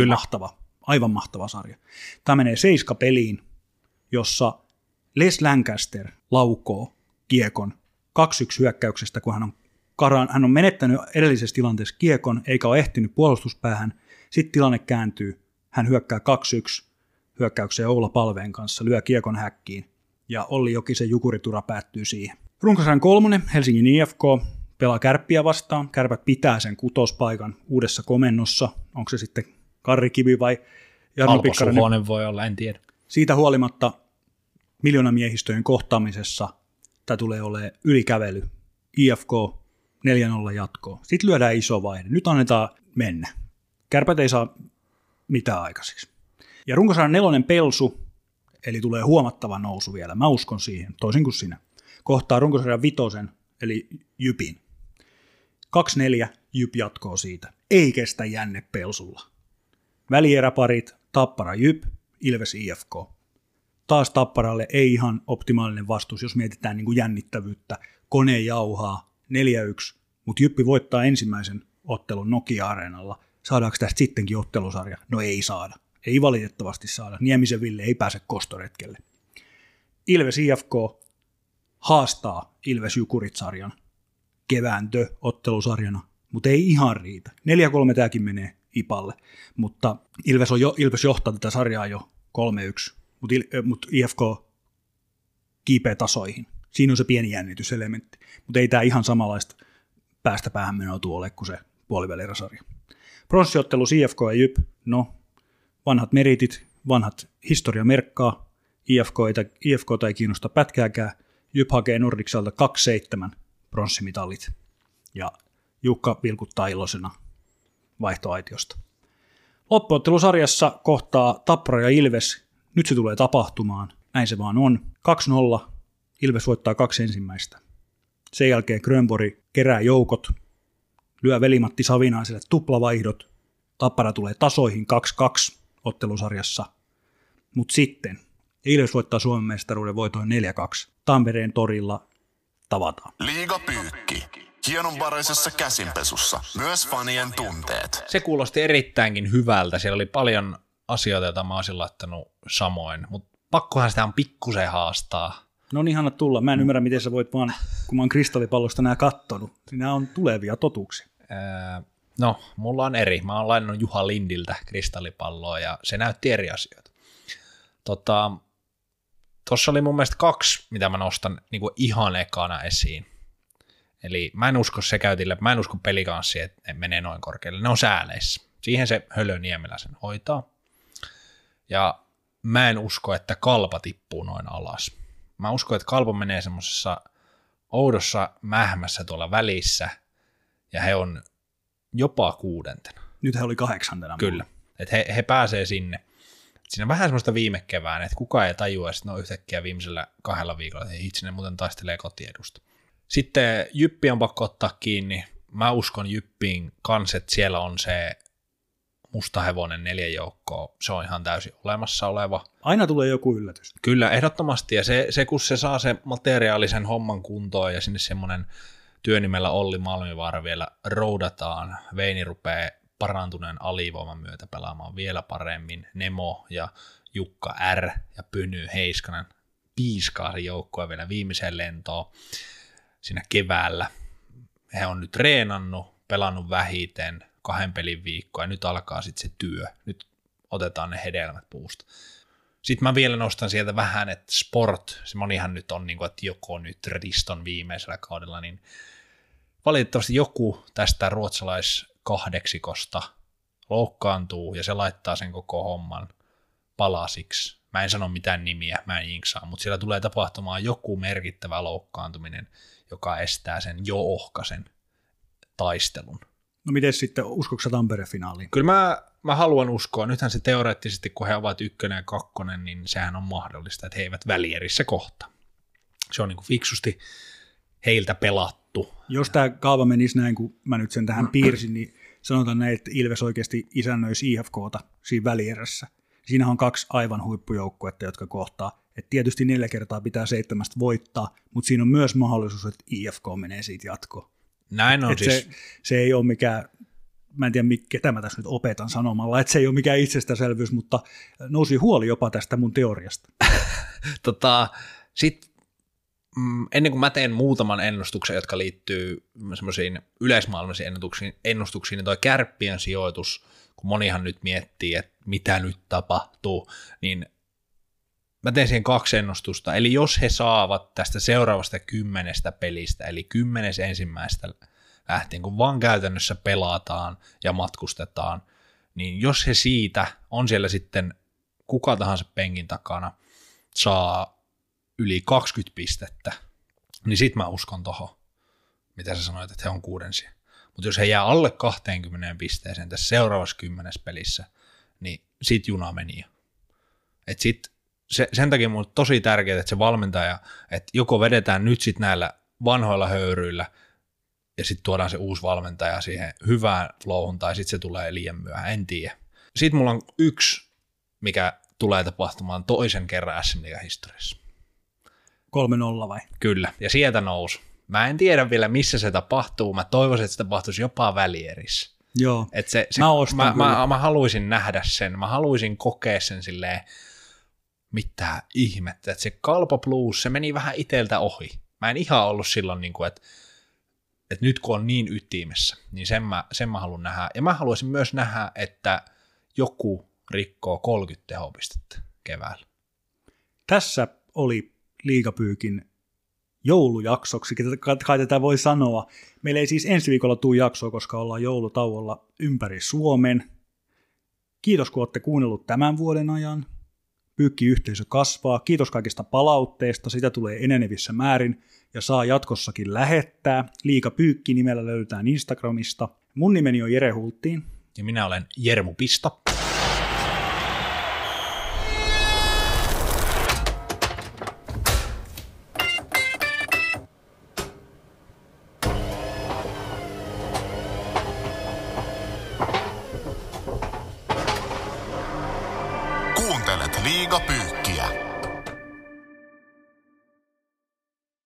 aivan mahtava sarja. Tämä menee 7 peliin, jossa Les Lancaster laukoo kiekon 2-1 hyökkäyksestä, kun hän on menettänyt edellisessä tilanteessa kiekon, eikä ole ehtinyt puolustuspäähän. Sitten tilanne kääntyy, hän hyökkää 2-1 hyökkäykseen Oula Palveen kanssa, lyö kiekon häkkiin, ja Olli Jokisen Jukuritura päättyy siihen. Runkosarjan 3. Helsingin IFK pelaa Kärppiä vastaan. Kärpät pitää sen 6. paikan uudessa komennossa. Onko se sitten Karri Kivi vai Jarno Pikkarainen? Alpo Suhonen voi olla, en tiedä. Siitä huolimatta miljoonamiehistöjen kohtaamisessa tämä tulee olemaan ylikävely. IFK 4-0 jatkoa. Sitten lyödään iso vaihde. Nyt annetaan mennä. Kärpät ei saa mitään aikaiseksi. Ja runkosarjan 4. Pelsu, eli tulee huomattava nousu vielä. Mä uskon siihen, toisin kuin sinä. Kohtaa runkosarjan 5. eli Jypin. 2-4 Jyp jatkoo siitä. Ei kestä jänne Pelsulla. Välieräparit Tappara Jyp, Ilves IFK. Taas Tapparalle ei ihan optimaalinen vastus, jos mietitään niin kuin jännittävyyttä. Kone jauhaa 4-1, mutta Jyppi voittaa ensimmäisen ottelun Nokia-areenalla. Saadaanko tästä sittenkin ottelusarja? No ei saada. Ei valitettavasti saada. Niemisen Ville ei pääse kostoretkelle. Ilves IFK haastaa Ilves Jukurit-sarjan kevään ottelusarjana, mutta ei ihan riitä. 4-3 tämäkin menee Ipalle, mutta Ilves johtaa tätä sarjaa jo 3-1, mutta IFK kiipeä tasoihin. Siinä on se pieni jännityselementti, mutta ei tämä ihan samanlaista päästä päähän menoa ole kuin se puolivälieräsarja. Pronssiottelu IFK ja JYP, no vanhat meritit, vanhat historia merkkaa, IFK:ta ei kiinnosta pätkääkään, JYP hakee Nordicselta 2-7 pronssimitalit ja Jukka vilkuttaa iloisena vaihtoaitiosta. Loppuottelusarjassa kohtaa Tappara ja Ilves, nyt se tulee tapahtumaan, näin se vaan on, 2-0, Ilves voittaa 2 ensimmäistä. Sen jälkeen Grönborg kerää joukot, lyö Veli-Matti Savinaiselle tuplavaihdot, Tappara tulee tasoihin 2-2 ottelusarjassa, mutta sitten Ilves voittaa Suomen mestaruuden voitoin 4-2. Tampereen torilla tavataan. Liigapyykki. Hienonvaraisessa käsinpesussa. Myös fanien tunteet. Se kuulosti erittäinkin hyvältä. Siellä oli paljon asioita, joita mä olisin laittanut samoin, mutta pakkohan sitä on pikkusen haastaa. No niin, anna tulla. Mä en ymmärrä, miten sä voit vaan, kun mä oon kristallipallosta nää kattonut. Nämä on tulevia totuuksia. No, mulla on eri. Mä oon lainannut Juha Lindiltä kristallipalloa ja se näytti eri asioita. Tuossa oli mun mielestä 2, mitä mä nostan niin kuin ihan ekana esiin. Eli mä en usko Sekäytille, mä en usko Pelikanssiin, että ne menee noin korkealle. Ne on sääleissä. Siihen se Hölö Niemelä sen hoitaa. Ja mä en usko, että Kalpa tippuu noin alas. Mä uskon, että Kalpa menee semmoisessa oudossa mähmässä tuolla välissä, ja he on jopa 6. Nyt he oli 8. Kyllä, että he pääsee sinne. Siinä on vähän semmoista viime kevään, että kukaan ei tajua, että ne on yhtäkkiä viimeisellä 2 viikolla, että itse ne muuten taistelee kotiedusta. Sitten Jyppi on pakko ottaa kiinni. Mä uskon Jyppiin kanssa, että siellä on se musta hevonen 4 joukkoa. Se on ihan täysin olemassa oleva. Aina tulee joku yllätys. Kyllä, ehdottomasti. Ja se kun se saa sen materiaalisen homman kuntoon ja sinne semmoinen työnimellä Olli Malmivaara vielä roudataan. Veini rupeaa parantuneen alivoiman myötä pelaamaan vielä paremmin. Nemo ja Jukka R ja Pyny Heiskanen piiskaa se joukkoa vielä viimeiseen lentoon siinä keväällä. He on nyt treenannut, pelannut vähiten 2 pelin viikkoa ja nyt alkaa sitten se työ. Nyt otetaan ne hedelmät puusta. Sitten mä vielä nostan sieltä vähän, että sport, se monihan nyt on niin kuin, että joko nyt Riston viimeisellä kaudella, niin valitettavasti joku tästä ruotsalaiskahdeksikosta loukkaantuu ja se laittaa sen koko homman palasiksi. Mä en sano mitään nimiä, mä en jinksaa, mutta siellä tulee tapahtumaan joku merkittävä loukkaantuminen, joka estää sen jo ohkaisen taistelun. No miten sitten, uskotko sä Tampere-finaaliin? Kyllä mä haluan uskoa. Nythän se teoreettisesti, kun he ovat 1 ja 2, niin sehän on mahdollista, että he eivät välierissä kohta. Se on niin kuin fiksusti heiltä pelattu. Jos tämä kaava menisi näin, kun mä nyt sen tähän piirsin, niin sanotaan näin, että Ilves oikeasti isännöisi IFK:ta siinä välierässä. Siinähän on 2 aivan huippujoukkuetta, jotka kohtaa. Et tietysti 4 kertaa pitää 7 voittaa, mutta siinä on myös mahdollisuus, että IFK menee siitä jatkoon. Näin on siis. Se ei ole mikään, mä en tiedä ketä mä tässä nyt opetan sanomalla, että se ei ole mikään itsestäselvyys, mutta nousi huoli jopa tästä mun teoriasta. Sitten ennen kuin mä teen muutaman ennustuksen, jotka liittyy semmoisiin yleismaailmallisiin ennustuksiin, niin toi Kärppien sijoitus, kun monihan nyt miettii, että mitä nyt tapahtuu, niin mä teen siihen 2 ennustusta. Eli jos he saavat tästä seuraavasta 10 pelistä, eli 10 ensimmäistä lähtien, kun vaan käytännössä pelataan ja matkustetaan, niin jos he siitä on siellä sitten kuka tahansa penkin takana, saa yli 20 pistettä, niin sit mä uskon tohon, mitä sä sanoit, että he on 6. Mutta jos he jää alle 20 pisteeseen tässä seuraavassa 10 pelissä, niin sit juna meni. Et sit sen takia mun on tosi tärkeää, että se valmentaja, että joko vedetään nyt sit näillä vanhoilla höyryillä ja sitten tuodaan se uusi valmentaja siihen hyvään flowhun tai sitten se tulee liian myöhään, en tiedä. Sitten mulla on 1, mikä tulee tapahtumaan toisen kerran SM-liigan historiassa. 3-0 vai? Kyllä, ja sieltä nousu. Mä en tiedä vielä, missä se tapahtuu. Mä toivoisin, että se tapahtuisi jopa välierissä. Joo, mä haluaisin nähdä sen. Mä haluaisin kokea sen silleen, mitä ihmettä. Että se Kalpa Blues, se meni vähän iteltä ohi. Mä en ihan ollut silloin, niin kuin, että nyt kun on niin ytimessä, niin sen mä haluan nähdä. Ja mä haluaisin myös nähdä, että joku rikkoo 30 tehopistettä keväällä. Tässä oli liigapyykin joulujaksoksi, kai tätä voi sanoa. Meillä ei siis ensi viikolla tule jaksoa, koska ollaan joulutauolla ympäri Suomen. Kiitos, kun olette kuunnellut tämän vuoden ajan. Pyykkiyhteisö kasvaa. Kiitos kaikista palautteista. Sitä tulee enenevissä määrin ja saa jatkossakin lähettää. Liika Pyykki nimellä löydetään Instagramista. Mun nimeni on Jere Hulttiin. Ja minä olen Jermu Pista. Kuuntelet Liiga Pyykkiä.